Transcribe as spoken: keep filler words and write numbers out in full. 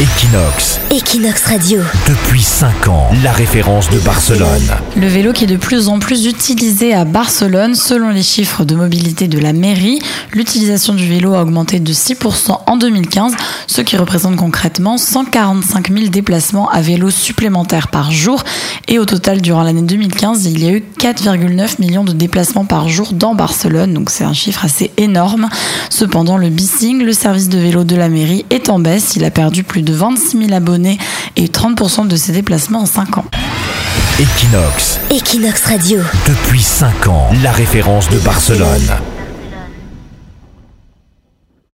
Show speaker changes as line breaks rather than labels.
Equinox.
Equinox Radio.
Depuis cinq ans, la référence de Barcelone.
Le vélo qui est de plus en plus utilisé à Barcelone. Selon les chiffres de mobilité de la mairie, l'utilisation du vélo a augmenté de six pour cent en deux mille quinze, ce qui représente concrètement cent quarante-cinq mille déplacements à vélo supplémentaires par jour. Et au total, durant l'année deux mille quinze, il y a eu quatre virgule neuf millions de déplacements par jour dans Barcelone. Donc c'est un chiffre assez énorme. Cependant, le Bicing, le service de vélo de la mairie, est en baisse. Il a perdu plus de vingt-six mille abonnés et trente pour cent de ses déplacements en cinq ans.
Equinox.
Equinox Radio.
Depuis cinq ans, la référence de Barcelone.